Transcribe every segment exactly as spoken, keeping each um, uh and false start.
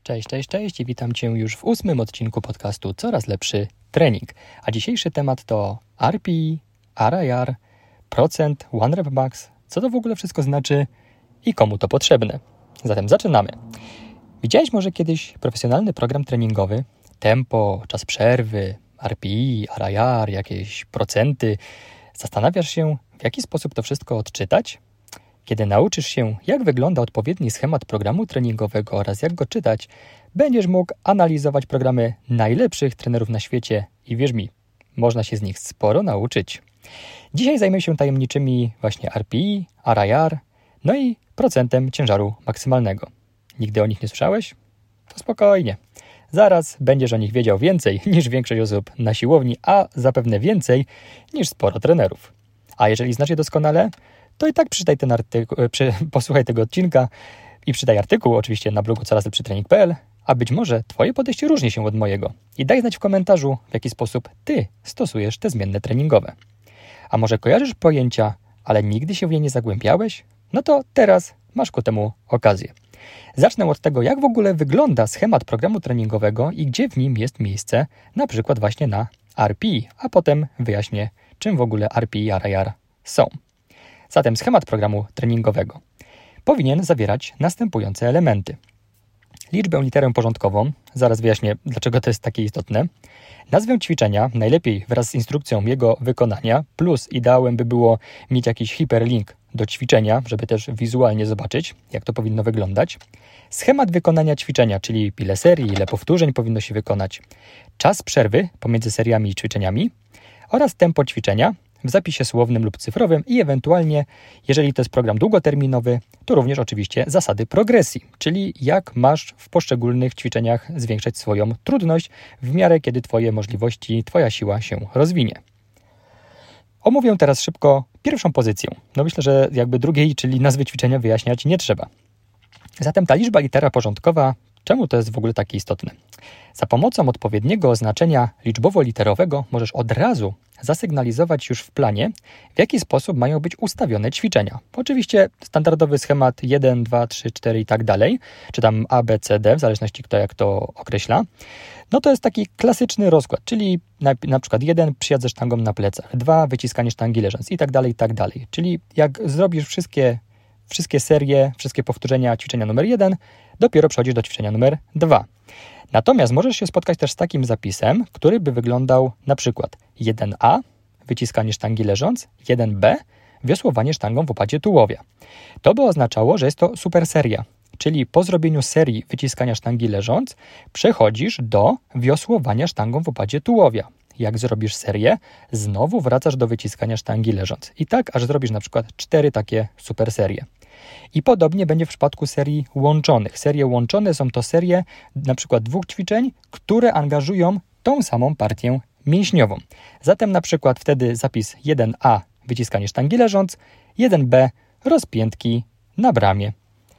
Cześć, cześć, cześć i witam Cię już w ósmym odcinku podcastu Coraz Lepszy Trening. A dzisiejszy temat to R P E, R I R, procent, One Rep Max, co to w ogóle wszystko znaczy i komu to potrzebne. Zatem zaczynamy. Widziałeś może kiedyś profesjonalny program treningowy? Tempo, czas przerwy, R P E, R I R, jakieś procenty. Zastanawiasz się, w jaki sposób to wszystko odczytać? Kiedy nauczysz się, jak wygląda odpowiedni schemat programu treningowego oraz jak go czytać, będziesz mógł analizować programy najlepszych trenerów na świecie i wierz mi, można się z nich sporo nauczyć. Dzisiaj zajmę się tajemniczymi właśnie R P E, R I R, no i procentem ciężaru maksymalnego. Nigdy o nich nie słyszałeś? To spokojnie. Zaraz będziesz o nich wiedział więcej niż większość osób na siłowni, a zapewne więcej niż sporo trenerów. A jeżeli znasz je doskonale, to i tak przeczytaj ten artykuł, przy, posłuchaj tego odcinka i przeczytaj artykuł oczywiście na blogu coraz lepszy trening kropka p l, a być może Twoje podejście różni się od mojego. I daj znać w komentarzu, w jaki sposób Ty stosujesz te zmienne treningowe. A może kojarzysz pojęcia, ale nigdy się w nie nie zagłębiałeś? No to teraz masz ku temu okazję. Zacznę od tego, jak w ogóle wygląda schemat programu treningowego i gdzie w nim jest miejsce, na przykład właśnie na R P E, a potem wyjaśnię, czym w ogóle R P E i R I R są. Zatem schemat programu treningowego powinien zawierać następujące elementy. Liczbę literę porządkową, zaraz wyjaśnię, dlaczego to jest takie istotne. Nazwę ćwiczenia, najlepiej wraz z instrukcją jego wykonania, plus ideałem by było mieć jakiś hiperlink do ćwiczenia, żeby też wizualnie zobaczyć, jak to powinno wyglądać. Schemat wykonania ćwiczenia, czyli ile serii, ile powtórzeń powinno się wykonać. Czas przerwy pomiędzy seriami i ćwiczeniami oraz tempo ćwiczenia w zapisie słownym lub cyfrowym i ewentualnie, jeżeli to jest program długoterminowy, to również oczywiście zasady progresji, czyli jak masz w poszczególnych ćwiczeniach zwiększać swoją trudność w miarę, kiedy Twoje możliwości, Twoja siła się rozwinie. Omówię teraz szybko pierwszą pozycję. No myślę, że jakby drugiej, czyli nazwy ćwiczenia wyjaśniać nie trzeba. Zatem ta liczba litera porządkowa, czemu to jest w ogóle takie istotne? Za pomocą odpowiedniego oznaczenia liczbowo-literowego możesz od razu zasygnalizować już w planie, w jaki sposób mają być ustawione ćwiczenia. Oczywiście standardowy schemat jeden, dwa, trzy, cztery i tak dalej, czy tam A, B, C, D, w zależności kto jak to określa. No to jest taki klasyczny rozkład, czyli na, na przykład jeden przyjazd ze sztangą na plecach, dwa wyciskanie sztangi leżąc i tak dalej, i tak dalej. Czyli jak zrobisz wszystkie, wszystkie serie, wszystkie powtórzenia ćwiczenia numer jeden, dopiero przechodzisz do ćwiczenia numer dwa. Natomiast możesz się spotkać też z takim zapisem, który by wyglądał na przykład jeden A, wyciskanie sztangi leżąc, jeden B, wiosłowanie sztangą w upadzie tułowia. To by oznaczało, że jest to super seria, czyli po zrobieniu serii wyciskania sztangi leżąc, przechodzisz do wiosłowania sztangą w upadzie tułowia. Jak zrobisz serię, znowu wracasz do wyciskania sztangi leżąc. I tak aż zrobisz na przykład cztery takie super serie. I podobnie będzie w przypadku serii łączonych. Serie łączone są to serie na przykład dwóch ćwiczeń, które angażują tą samą partię mięśniową. Zatem na przykład wtedy zapis jeden A, wyciskanie sztangi leżąc, jeden B, rozpiętki na bramie.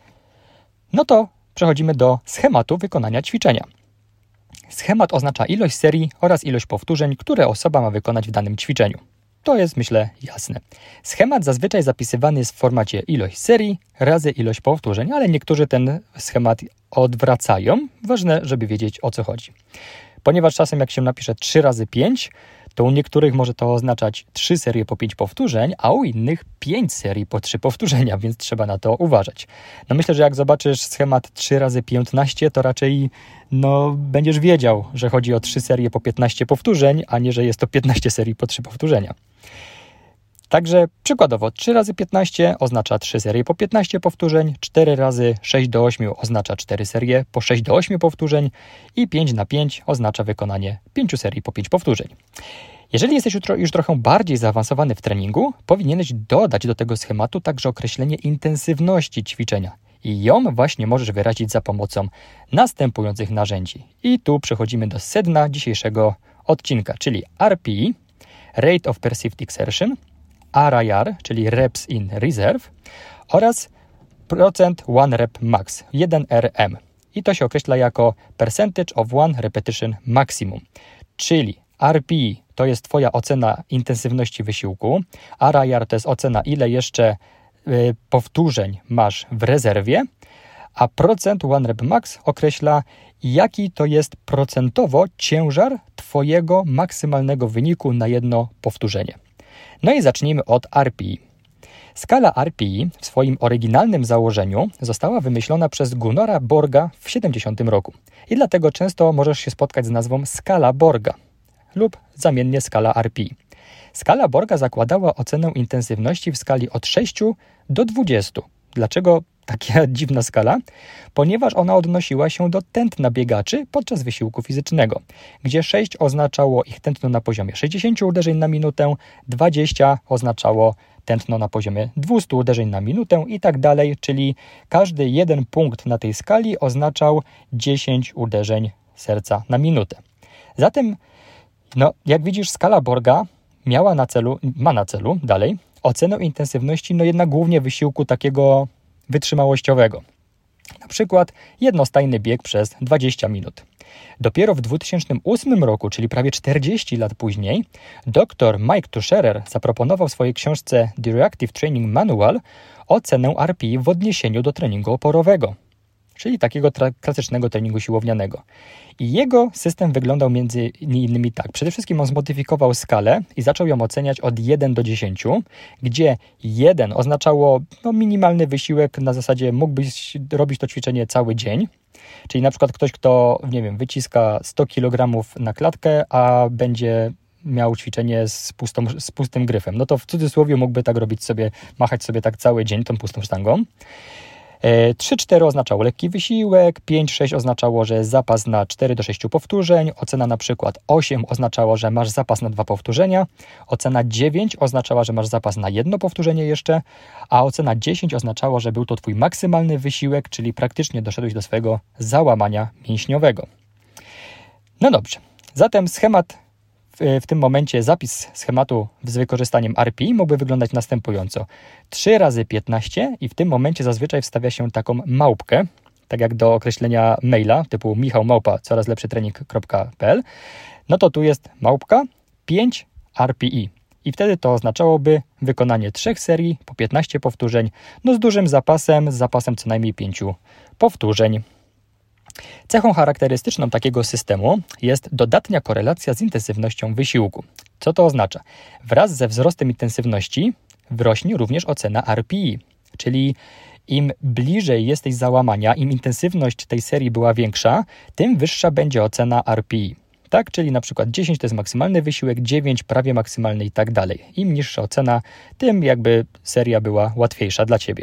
No to przechodzimy do schematu wykonania ćwiczenia. Schemat oznacza ilość serii oraz ilość powtórzeń, które osoba ma wykonać w danym ćwiczeniu. To jest, myślę, jasne. Schemat zazwyczaj zapisywany jest w formacie ilość serii razy ilość powtórzeń, ale niektórzy ten schemat odwracają. Ważne, żeby wiedzieć, o co chodzi. Ponieważ czasem jak się napisze trzy razy pięć, to u niektórych może to oznaczać trzy serie po pięć powtórzeń, a u innych pięć serii po trzy powtórzenia, więc trzeba na to uważać. No myślę, że jak zobaczysz schemat trzy razy piętnaście, to raczej no, będziesz wiedział, że chodzi o trzy serie po piętnaście powtórzeń, a nie, że jest to piętnaście serii po trzy powtórzenia. Także przykładowo trzy razy piętnaście oznacza trzy serie po piętnaście powtórzeń, cztery razy sześć do ośmiu oznacza cztery serie po sześć do ośmiu powtórzeń i pięć na pięć oznacza wykonanie pięciu serii po pięć powtórzeń. Jeżeli jesteś już trochę bardziej zaawansowany w treningu, powinieneś dodać do tego schematu także określenie intensywności ćwiczenia i ją właśnie możesz wyrazić za pomocą następujących narzędzi. I tu przechodzimy do sedna dzisiejszego odcinka, czyli R P E, Rate of Perceived Exertion, R I R, czyli Reps in Reserve oraz procent One Rep Max, jeden R M. I to się określa jako Percentage of One Repetition Maximum, czyli R P E to jest Twoja ocena intensywności wysiłku, R I R to jest ocena, ile jeszcze y, powtórzeń masz w rezerwie, a procent One Rep Max określa, jaki to jest procentowo ciężar Twojego maksymalnego wyniku na jedno powtórzenie. No i zacznijmy od R P E. Skala R P E w swoim oryginalnym założeniu została wymyślona przez Gunnara Borga w siedemdziesiątym roku i dlatego często możesz się spotkać z nazwą skala Borga lub zamiennie skala R P E. Skala Borga zakładała ocenę intensywności w skali od sześciu do dwudziestu. Dlaczego taka dziwna skala? Ponieważ ona odnosiła się do tętna biegaczy podczas wysiłku fizycznego, gdzie sześć oznaczało ich tętno na poziomie sześćdziesięciu uderzeń na minutę, dwadzieścia oznaczało tętno na poziomie dwustu uderzeń na minutę i tak dalej, czyli każdy jeden punkt na tej skali oznaczał dziesięć uderzeń serca na minutę. Zatem, no, jak widzisz, skala Borga miała na celu, ma na celu dalej ocenę intensywności, no jednak głównie wysiłku takiego wytrzymałościowego. Na przykład jednostajny bieg przez dwadzieścia minut. Dopiero w dwa tysiące ósmym roku, czyli prawie czterdzieści lat później, dr Mike Tuscherer zaproponował w swojej książce The Reactive Training Manual ocenę R P E w odniesieniu do treningu oporowego, czyli takiego tra- klasycznego treningu siłownianego. I jego system wyglądał między innymi tak. Przede wszystkim on zmodyfikował skalę i zaczął ją oceniać od jeden do dziesięciu, gdzie jeden oznaczało no, minimalny wysiłek, na zasadzie mógłbyś robić to ćwiczenie cały dzień. Czyli na przykład ktoś, kto, nie wiem, wyciska sto kilogramów na klatkę, a będzie miał ćwiczenie z, pustą, z pustym gryfem. No to w cudzysłowie mógłby tak robić sobie, machać sobie tak cały dzień tą pustą sztangą. trzy cztery oznaczało lekki wysiłek, pięć sześć oznaczało, że zapas na cztery do sześciu powtórzeń, ocena na przykład osiem oznaczało, że masz zapas na dwa powtórzenia, ocena dziewięć oznaczała, że masz zapas na jedno powtórzenie jeszcze, a ocena dziesięć oznaczało, że był to Twój maksymalny wysiłek, czyli praktycznie doszedłeś do swojego załamania mięśniowego. No dobrze, zatem schemat w tym momencie zapis schematu z wykorzystaniem R P E mógłby wyglądać następująco. trzy razy piętnaście i w tym momencie zazwyczaj wstawia się taką małpkę, tak jak do określenia maila typu michał małpa coraz lepszy trening kropka p l. No to tu jest małpka pięć R P E. I wtedy to oznaczałoby wykonanie trzech serii po piętnaście powtórzeń, no z dużym zapasem, z zapasem co najmniej pięciu powtórzeń. Cechą charakterystyczną takiego systemu jest dodatnia korelacja z intensywnością wysiłku. Co to oznacza? Wraz ze wzrostem intensywności wzrośnie również ocena R P E, czyli im bliżej jesteś załamania, im intensywność tej serii była większa, tym wyższa będzie ocena R P E. Tak, czyli na przykład dziesięć to jest maksymalny wysiłek, dziewięć prawie maksymalny i tak dalej. Im niższa ocena, tym jakby seria była łatwiejsza dla Ciebie.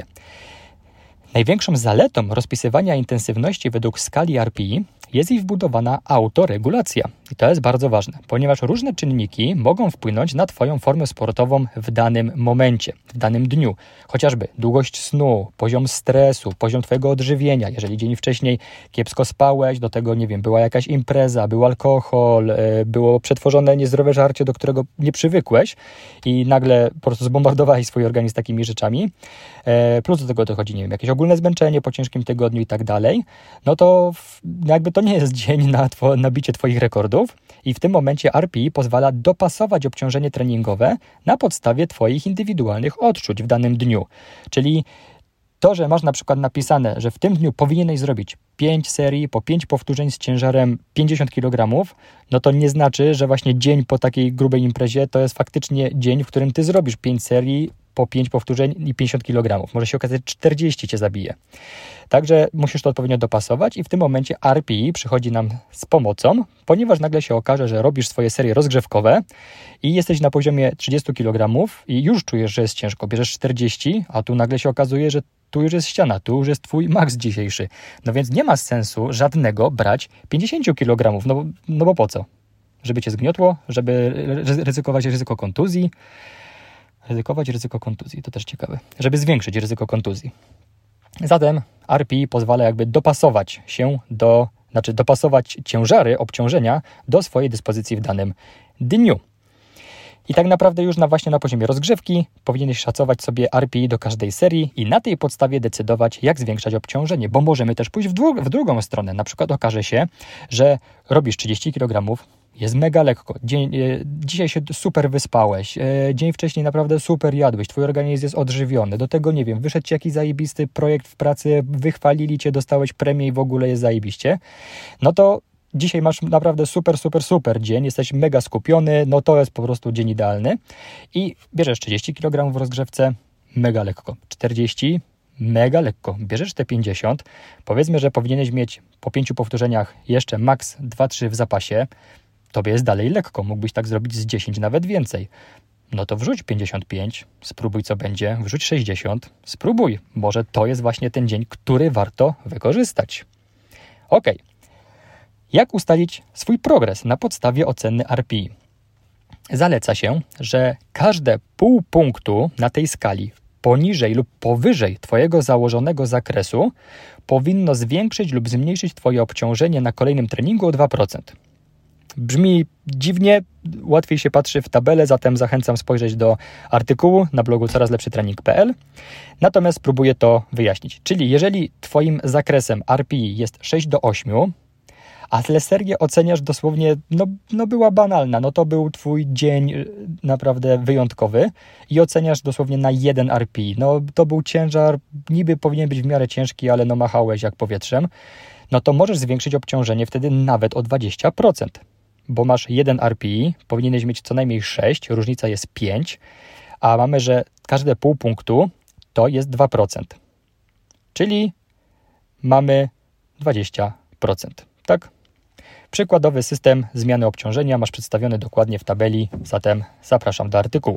Największą zaletą rozpisywania intensywności według skali R P E jest jej wbudowana autoregulacja. I to jest bardzo ważne, ponieważ różne czynniki mogą wpłynąć na Twoją formę sportową w danym momencie, w danym dniu. Chociażby długość snu, poziom stresu, poziom Twojego odżywienia. Jeżeli dzień wcześniej kiepsko spałeś, do tego, nie wiem, była jakaś impreza, był alkohol, było przetworzone niezdrowe żarcie, do którego nie przywykłeś i nagle po prostu zbombardowałeś swój organizm takimi rzeczami. Plus do tego dochodzi, nie wiem, jakieś ogólne zmęczenie po ciężkim tygodniu i tak dalej. No to jakby to nie jest dzień na, two, na bicie Twoich rekordów i w tym momencie R P E pozwala dopasować obciążenie treningowe na podstawie Twoich indywidualnych odczuć w danym dniu. Czyli to, że masz na przykład napisane, że w tym dniu powinieneś zrobić pięć serii po pięć powtórzeń z ciężarem pięćdziesiąt kilogramów, no to nie znaczy, że właśnie dzień po takiej grubej imprezie to jest faktycznie dzień, w którym Ty zrobisz pięć serii po pięć powtórzeń i pięćdziesiąt kilogramów. Może się okazać, że czterdzieści Cię zabije. Także musisz to odpowiednio dopasować i w tym momencie R P E przychodzi nam z pomocą, ponieważ nagle się okaże, że robisz swoje serie rozgrzewkowe i jesteś na poziomie trzydzieści kilogramów i już czujesz, że jest ciężko. Bierzesz czterdzieści, a tu nagle się okazuje, że tu już jest ściana, tu już jest Twój maks dzisiejszy. No więc nie ma sensu żadnego brać pięćdziesiąt kilogramów, no, no bo po co? Żeby Cię zgniotło, żeby ryzykować ryzyko kontuzji. Ryzykować ryzyko kontuzji, to też ciekawe. Żeby zwiększyć ryzyko kontuzji. Zatem R P E pozwala jakby dopasować się do, znaczy dopasować ciężary, obciążenia do swojej dyspozycji w danym dniu. I tak naprawdę już na właśnie na poziomie rozgrzewki powinieneś szacować sobie R P E do każdej serii i na tej podstawie decydować, jak zwiększać obciążenie, bo możemy też pójść w, dru- w drugą stronę. Na przykład okaże się, że robisz trzydzieści kilogramów jest mega lekko. Dzień, dzisiaj się super wyspałeś, dzień wcześniej naprawdę super jadłeś, twój organizm jest odżywiony, do tego, nie wiem, wyszedł ci jakiś zajebisty projekt w pracy, wychwalili cię, dostałeś premię i w ogóle jest zajebiście, no to dzisiaj masz naprawdę super, super, super dzień, jesteś mega skupiony, no to jest po prostu dzień idealny i bierzesz trzydzieści kilogramów w rozgrzewce, mega lekko, czterdzieści, mega lekko, bierzesz te pięćdziesiąt, powiedzmy, że powinieneś mieć po pięciu powtórzeniach jeszcze maks dwa trzy w zapasie, tobie jest dalej lekko, mógłbyś tak zrobić z dziesięć, nawet więcej. No to wrzuć pięćdziesiąt pięć, spróbuj co będzie, wrzuć sześćdziesiąt, spróbuj, może to jest właśnie ten dzień, który warto wykorzystać. Ok. Jak ustalić swój progres na podstawie oceny R P I? Zaleca się, że każde pół punktu na tej skali poniżej lub powyżej twojego założonego zakresu powinno zwiększyć lub zmniejszyć twoje obciążenie na kolejnym treningu o dwa procent. Brzmi dziwnie, łatwiej się patrzy w tabelę, zatem zachęcam spojrzeć do artykułu na blogu coraz lepszy trening kropka p l. Natomiast spróbuję to wyjaśnić. Czyli jeżeli twoim zakresem R P I jest sześć do ośmiu, a teleserię oceniasz dosłownie, no, no była banalna, no to był twój dzień naprawdę wyjątkowy i oceniasz dosłownie na jeden R P I. No to był ciężar, niby powinien być w miarę ciężki, ale no machałeś jak powietrzem, no to możesz zwiększyć obciążenie wtedy nawet o dwadzieścia procent, bo masz jeden R P I, powinieneś mieć co najmniej sześć, różnica jest pięć, a mamy, że każde pół punktu to jest dwa procent, czyli mamy dwadzieścia procent, tak? Przykładowy system zmiany obciążenia masz przedstawiony dokładnie w tabeli, zatem zapraszam do artykułu.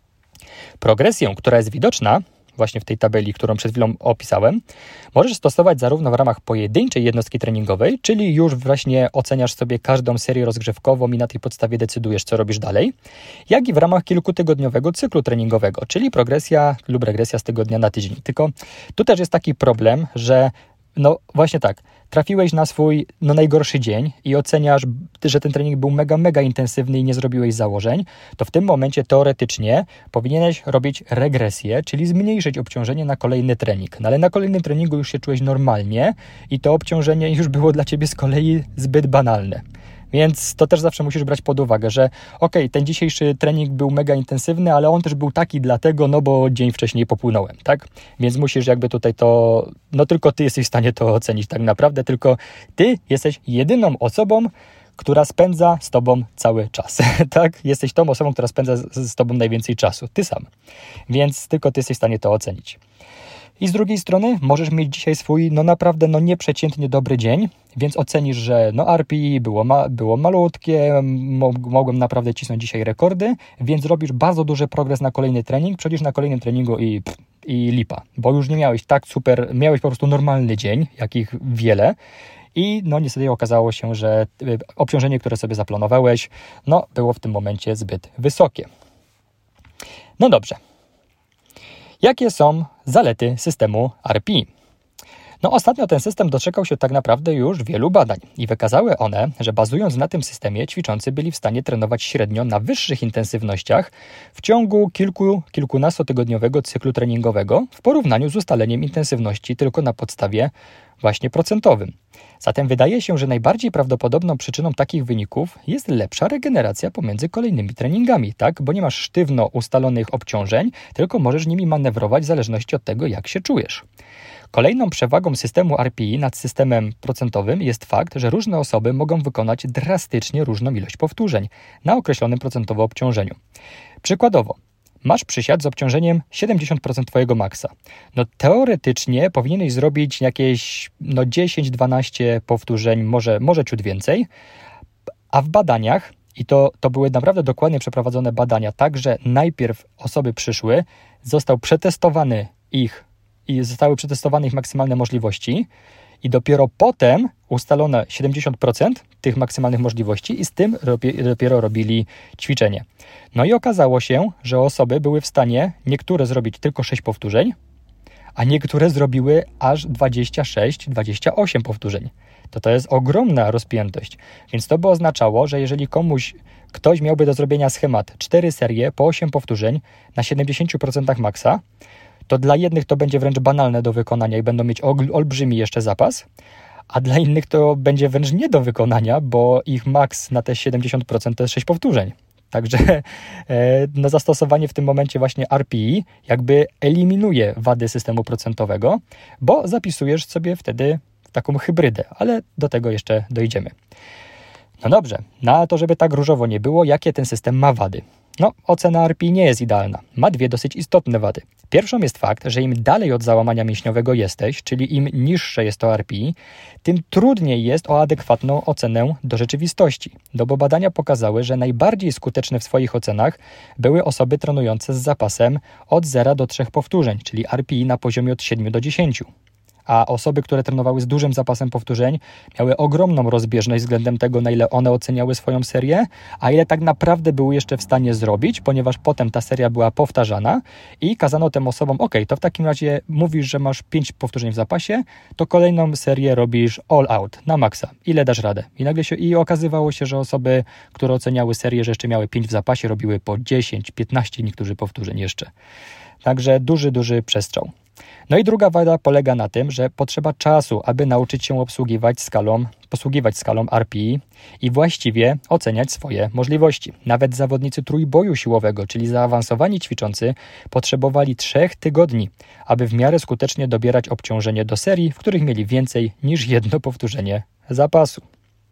Progresję, która jest widoczna właśnie w tej tabeli, którą przed chwilą opisałem, możesz stosować zarówno w ramach pojedynczej jednostki treningowej, czyli już właśnie oceniasz sobie każdą serię rozgrzewkową i na tej podstawie decydujesz, co robisz dalej, jak i w ramach kilkutygodniowego cyklu treningowego, czyli progresja lub regresja z tygodnia na tydzień. Tylko tu też jest taki problem, że no właśnie tak, trafiłeś na swój no, najgorszy dzień i oceniasz, że ten trening był mega, mega intensywny i nie zrobiłeś założeń, to w tym momencie teoretycznie powinieneś robić regresję, czyli zmniejszyć obciążenie na kolejny trening. No ale na kolejnym treningu już się czułeś normalnie i to obciążenie już było dla ciebie z kolei zbyt banalne. Więc to też zawsze musisz brać pod uwagę, że okej, okay, ten dzisiejszy trening był mega intensywny, ale on też był taki dlatego, no bo dzień wcześniej popłynąłem, tak? Więc musisz jakby tutaj to, no tylko ty jesteś w stanie to ocenić tak naprawdę, tylko ty jesteś jedyną osobą, która spędza z tobą cały czas, tak? Jesteś tą osobą, która spędza z, z tobą najwięcej czasu, ty sam. Więc tylko ty jesteś w stanie to ocenić. I z drugiej strony możesz mieć dzisiaj swój, no naprawdę, no nieprzeciętnie dobry dzień, więc ocenisz, że no R P I było, ma, było malutkie, mo, mogłem naprawdę cisnąć dzisiaj rekordy, więc robisz bardzo duży progres na kolejny trening, przejdziesz na kolejnym treningu i, pff, i lipa, bo już nie miałeś tak super, miałeś po prostu normalny dzień, jakich wiele i no niestety okazało się, że obciążenie, które sobie zaplanowałeś, no było w tym momencie zbyt wysokie. No dobrze. Jakie są zalety systemu R P I? No ostatnio ten system doczekał się tak naprawdę już wielu badań i wykazały one, że bazując na tym systemie ćwiczący byli w stanie trenować średnio na wyższych intensywnościach w ciągu kilku, kilkunastotygodniowego cyklu treningowego w porównaniu z ustaleniem intensywności tylko na podstawie właśnie procentowym. Zatem wydaje się, że najbardziej prawdopodobną przyczyną takich wyników jest lepsza regeneracja pomiędzy kolejnymi treningami, tak? Bo nie masz sztywno ustalonych obciążeń, tylko możesz nimi manewrować w zależności od tego, jak się czujesz. Kolejną przewagą systemu R P I nad systemem procentowym jest fakt, że różne osoby mogą wykonać drastycznie różną ilość powtórzeń na określonym procentowo obciążeniu. Przykładowo, masz przysiad z obciążeniem siedemdziesiąt procent twojego maksa. No teoretycznie powinieneś zrobić jakieś no dziesięć dwanaście powtórzeń, może, może ciut więcej, a w badaniach, i to, to były naprawdę dokładnie przeprowadzone badania, tak, że najpierw osoby przyszły, został przetestowany ich i zostały przetestowane ich maksymalne możliwości i dopiero potem ustalono siedemdziesiąt procent tych maksymalnych możliwości i z tym robi, dopiero robili ćwiczenie. No i okazało się, że osoby były w stanie niektóre zrobić tylko sześć powtórzeń, a niektóre zrobiły aż dwadzieścia sześć dwadzieścia osiem powtórzeń. To to jest ogromna rozpiętość. Więc to by oznaczało, że jeżeli komuś, ktoś miałby do zrobienia schemat cztery serie po osiem powtórzeń na siedemdziesiąt procent maksa, to dla jednych to będzie wręcz banalne do wykonania i będą mieć olbrzymi jeszcze zapas, a dla innych to będzie wręcz nie do wykonania, bo ich maks na te siedemdziesiąt procent to jest sześć powtórzeń. Także no, zastosowanie w tym momencie właśnie R P E jakby eliminuje wady systemu procentowego, bo zapisujesz sobie wtedy taką hybrydę, ale do tego jeszcze dojdziemy. No dobrze, na to, żeby tak różowo nie było, jakie ten system ma wady? No, ocena R P E nie jest idealna. Ma dwie dosyć istotne wady. Pierwszą jest fakt, że im dalej od załamania mięśniowego jesteś, czyli im niższe jest to R P E, tym trudniej jest o adekwatną ocenę do rzeczywistości. No bo badania pokazały, że najbardziej skuteczne w swoich ocenach były osoby trenujące z zapasem od zera do trzech powtórzeń, czyli R P E na poziomie od siedmiu do dziesięciu. A osoby, które trenowały z dużym zapasem powtórzeń, miały ogromną rozbieżność względem tego, na ile one oceniały swoją serię, a ile tak naprawdę były jeszcze w stanie zrobić, ponieważ potem ta seria była powtarzana i kazano tym osobom, ok, to w takim razie mówisz, że masz pięć powtórzeń w zapasie, to kolejną serię robisz all out, na maksa. Ile dasz radę? I nagle się, i okazywało się, że osoby, które oceniały serię, że jeszcze miały pięć w zapasie, robiły po dziesięć, piętnaście niektórzy powtórzeń jeszcze. Także duży, duży przestrzał. No i druga wada polega na tym, że potrzeba czasu, aby nauczyć się obsługiwać skalą, posługiwać skalą R P E i właściwie oceniać swoje możliwości. Nawet zawodnicy trójboju siłowego, czyli zaawansowani ćwiczący, potrzebowali trzech tygodni, aby w miarę skutecznie dobierać obciążenie do serii, w których mieli więcej niż jedno powtórzenie zapasu.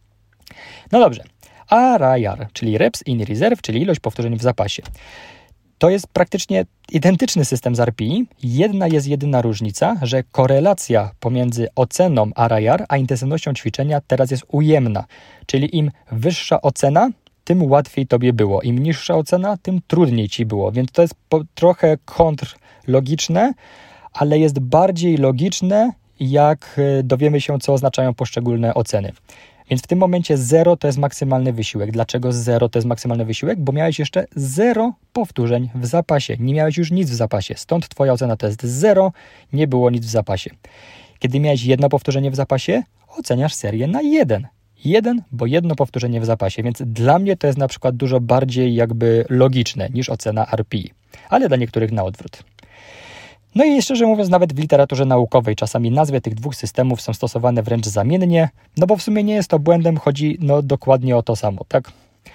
No dobrze, R I R, czyli Reps in Reserve, czyli ilość powtórzeń w zapasie. To jest praktycznie identyczny system z R P E. Jedna jest jedyna różnica, że korelacja pomiędzy oceną R I R a intensywnością ćwiczenia teraz jest ujemna. Czyli im wyższa ocena, tym łatwiej tobie było. Im niższa ocena, tym trudniej ci było. Więc to jest po, trochę kontrlogiczne, ale jest bardziej logiczne, jak dowiemy się, co oznaczają poszczególne oceny. Więc w tym momencie zero to jest maksymalny wysiłek. Dlaczego zero to jest maksymalny wysiłek? Bo miałeś jeszcze zero powtórzeń w zapasie. Nie miałeś już nic w zapasie. Stąd twoja ocena to jest zero, nie było nic w zapasie. Kiedy miałeś jedno powtórzenie w zapasie, oceniasz serię na jeden. Jeden, bo jedno powtórzenie w zapasie. Więc dla mnie to jest na przykład dużo bardziej jakby logiczne niż ocena R P E. Ale dla niektórych na odwrót. No i szczerze mówiąc, nawet w literaturze naukowej czasami nazwy tych dwóch systemów są stosowane wręcz zamiennie, no bo w sumie nie jest to błędem, chodzi no dokładnie o to samo, tak?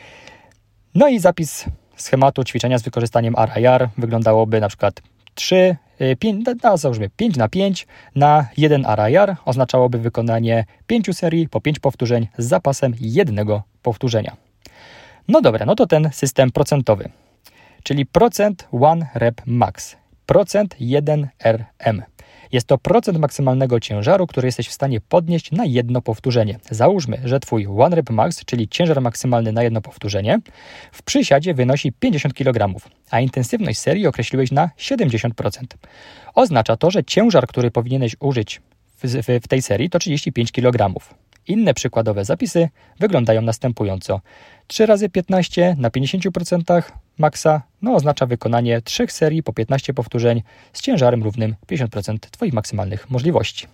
No i zapis schematu ćwiczenia z wykorzystaniem R I R wyglądałoby na przykład trzy, pięć, no załóżmy pięć na pięć na jeden R I R oznaczałoby wykonanie pięciu serii po pięć powtórzeń z zapasem jednego powtórzenia. No dobra, no to ten system procentowy, czyli procent one rep max. Procent jeden R M. Jest to procent maksymalnego ciężaru, który jesteś w stanie podnieść na jedno powtórzenie. Załóżmy, że twój one rep max, czyli ciężar maksymalny na jedno powtórzenie, w przysiadzie wynosi pięćdziesiąt kilogramów, a intensywność serii określiłeś na siedemdziesiąt procent. Oznacza to, że ciężar, który powinieneś użyć w, w, w tej serii, to trzydzieści pięć kilogramów. Inne przykładowe zapisy wyglądają następująco. trzy razy piętnaście na pięćdziesiąt procent maksa no, oznacza wykonanie trzech serii po piętnaście powtórzeń z ciężarem równym pięćdziesiąt procent Twoich maksymalnych możliwości.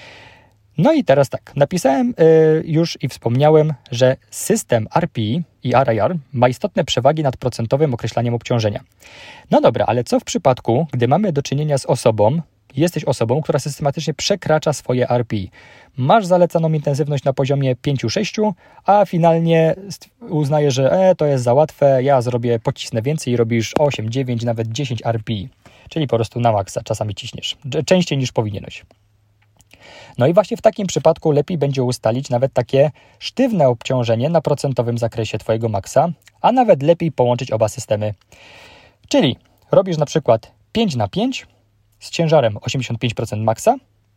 No i teraz tak, napisałem yy, już i wspomniałem, że system R P E i R I R ma istotne przewagi nad procentowym określaniem obciążenia. No dobra, ale co w przypadku, gdy mamy do czynienia z osobą, jesteś osobą, która systematycznie przekracza swoje R P E. Masz zalecaną intensywność na poziomie pięć sześć, a finalnie uznajesz, że e, to jest za łatwe, ja zrobię, pocisnę więcej i robisz osiem, dziewięć, nawet dziesięć R P E. Czyli po prostu na maksa czasami ciśniesz. Częściej niż powinieneś. No i właśnie w takim przypadku lepiej będzie ustalić nawet takie sztywne obciążenie na procentowym zakresie Twojego maksa, a nawet lepiej połączyć oba systemy. Czyli robisz na przykład pięć na pięć z ciężarem osiemdziesiąt pięć procent maksa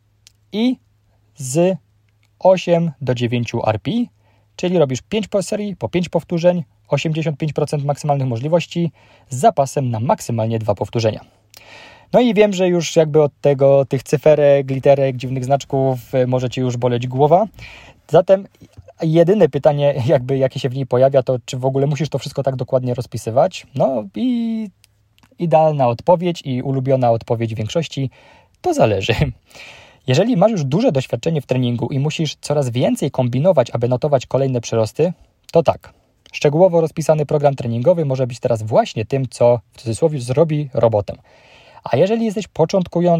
i z osiem do dziewięciu R P E, czyli robisz pięć po serii, po pięć powtórzeń, osiemdziesiąt pięć procent maksymalnych możliwości z zapasem na maksymalnie dwa powtórzenia. No i wiem, że już jakby od tego, tych cyferek, literek, dziwnych znaczków może Cię już boleć głowa. Zatem jedyne pytanie, jakby jakie się w niej pojawia, to czy w ogóle musisz to wszystko tak dokładnie rozpisywać? No i idealna odpowiedź i ulubiona odpowiedź większości, to zależy. Jeżeli masz już duże doświadczenie w treningu i musisz coraz więcej kombinować, aby notować kolejne przyrosty, to tak. Szczegółowo rozpisany program treningowy może być teraz właśnie tym, co w cudzysłowie zrobi robotę. A jeżeli jesteś początkujący,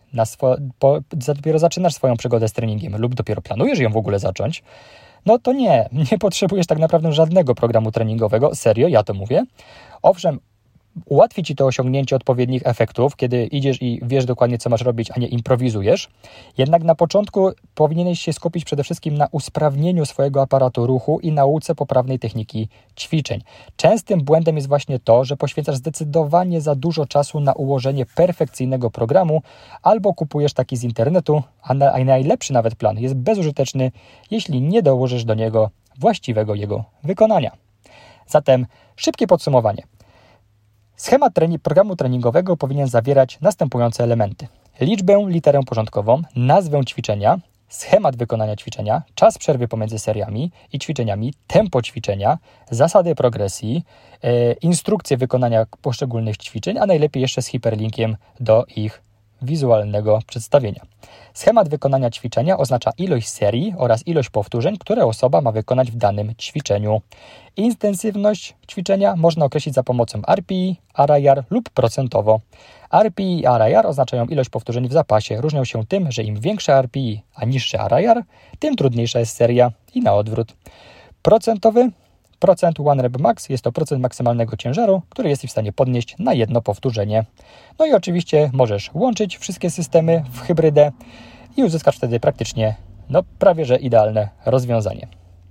na swo- po, dopiero zaczynasz swoją przygodę z treningiem lub dopiero planujesz ją w ogóle zacząć, no to nie, nie potrzebujesz tak naprawdę żadnego programu treningowego, serio, ja to mówię. Owszem, ułatwi Ci to osiągnięcie odpowiednich efektów, kiedy idziesz i wiesz dokładnie, co masz robić, a nie improwizujesz. Jednak na początku powinieneś się skupić przede wszystkim na usprawnieniu swojego aparatu ruchu i nauce poprawnej techniki ćwiczeń. Częstym błędem jest właśnie to, że poświęcasz zdecydowanie za dużo czasu na ułożenie perfekcyjnego programu albo kupujesz taki z internetu, a, na, a najlepszy nawet plan jest bezużyteczny, jeśli nie dołożysz do niego właściwego jego wykonania. Zatem szybkie podsumowanie. Schemat trening, programu treningowego powinien zawierać następujące elementy. Liczbę, literę porządkową, nazwę ćwiczenia, schemat wykonania ćwiczenia, czas przerwy pomiędzy seriami i ćwiczeniami, tempo ćwiczenia, zasady progresji, e, instrukcje wykonania poszczególnych ćwiczeń, a najlepiej jeszcze z hiperlinkiem do ich wizualnego przedstawienia. Schemat wykonania ćwiczenia oznacza ilość serii oraz ilość powtórzeń, które osoba ma wykonać w danym ćwiczeniu. Intensywność ćwiczenia można określić za pomocą R P E, R I R lub procentowo. R P E i R I R oznaczają ilość powtórzeń w zapasie. Różnią się tym, że im większe R P E, a niższe R I R, tym trudniejsza jest seria i na odwrót. Procentowy procent One Rep Max jest to procent maksymalnego ciężaru, który jesteś w stanie podnieść na jedno powtórzenie. No i oczywiście możesz łączyć wszystkie systemy w hybrydę i uzyskasz wtedy praktycznie, no prawie że idealne rozwiązanie.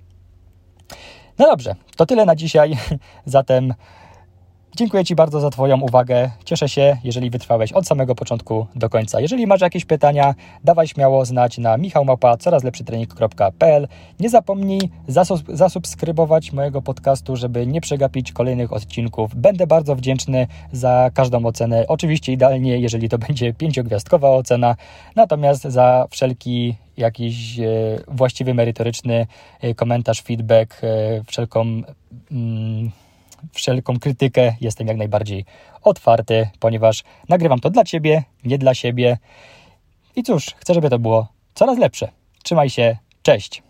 No dobrze, to tyle na dzisiaj. Zatem dziękuję Ci bardzo za Twoją uwagę. Cieszę się, jeżeli wytrwałeś od samego początku do końca. Jeżeli masz jakieś pytania, dawaj śmiało znać na michał małpa coraz lepszy trening kropka p l. Nie zapomnij zasub- zasubskrybować mojego podcastu, żeby nie przegapić kolejnych odcinków. Będę bardzo wdzięczny za każdą ocenę. Oczywiście idealnie, jeżeli to będzie pięciogwiazdkowa ocena, natomiast za wszelki jakiś e, właściwy, merytoryczny e, komentarz, feedback, e, wszelką... Mm, wszelką krytykę jestem jak najbardziej otwarty, ponieważ nagrywam to dla Ciebie, nie dla siebie. I cóż, chcę, żeby to było coraz lepsze. Trzymaj się, cześć!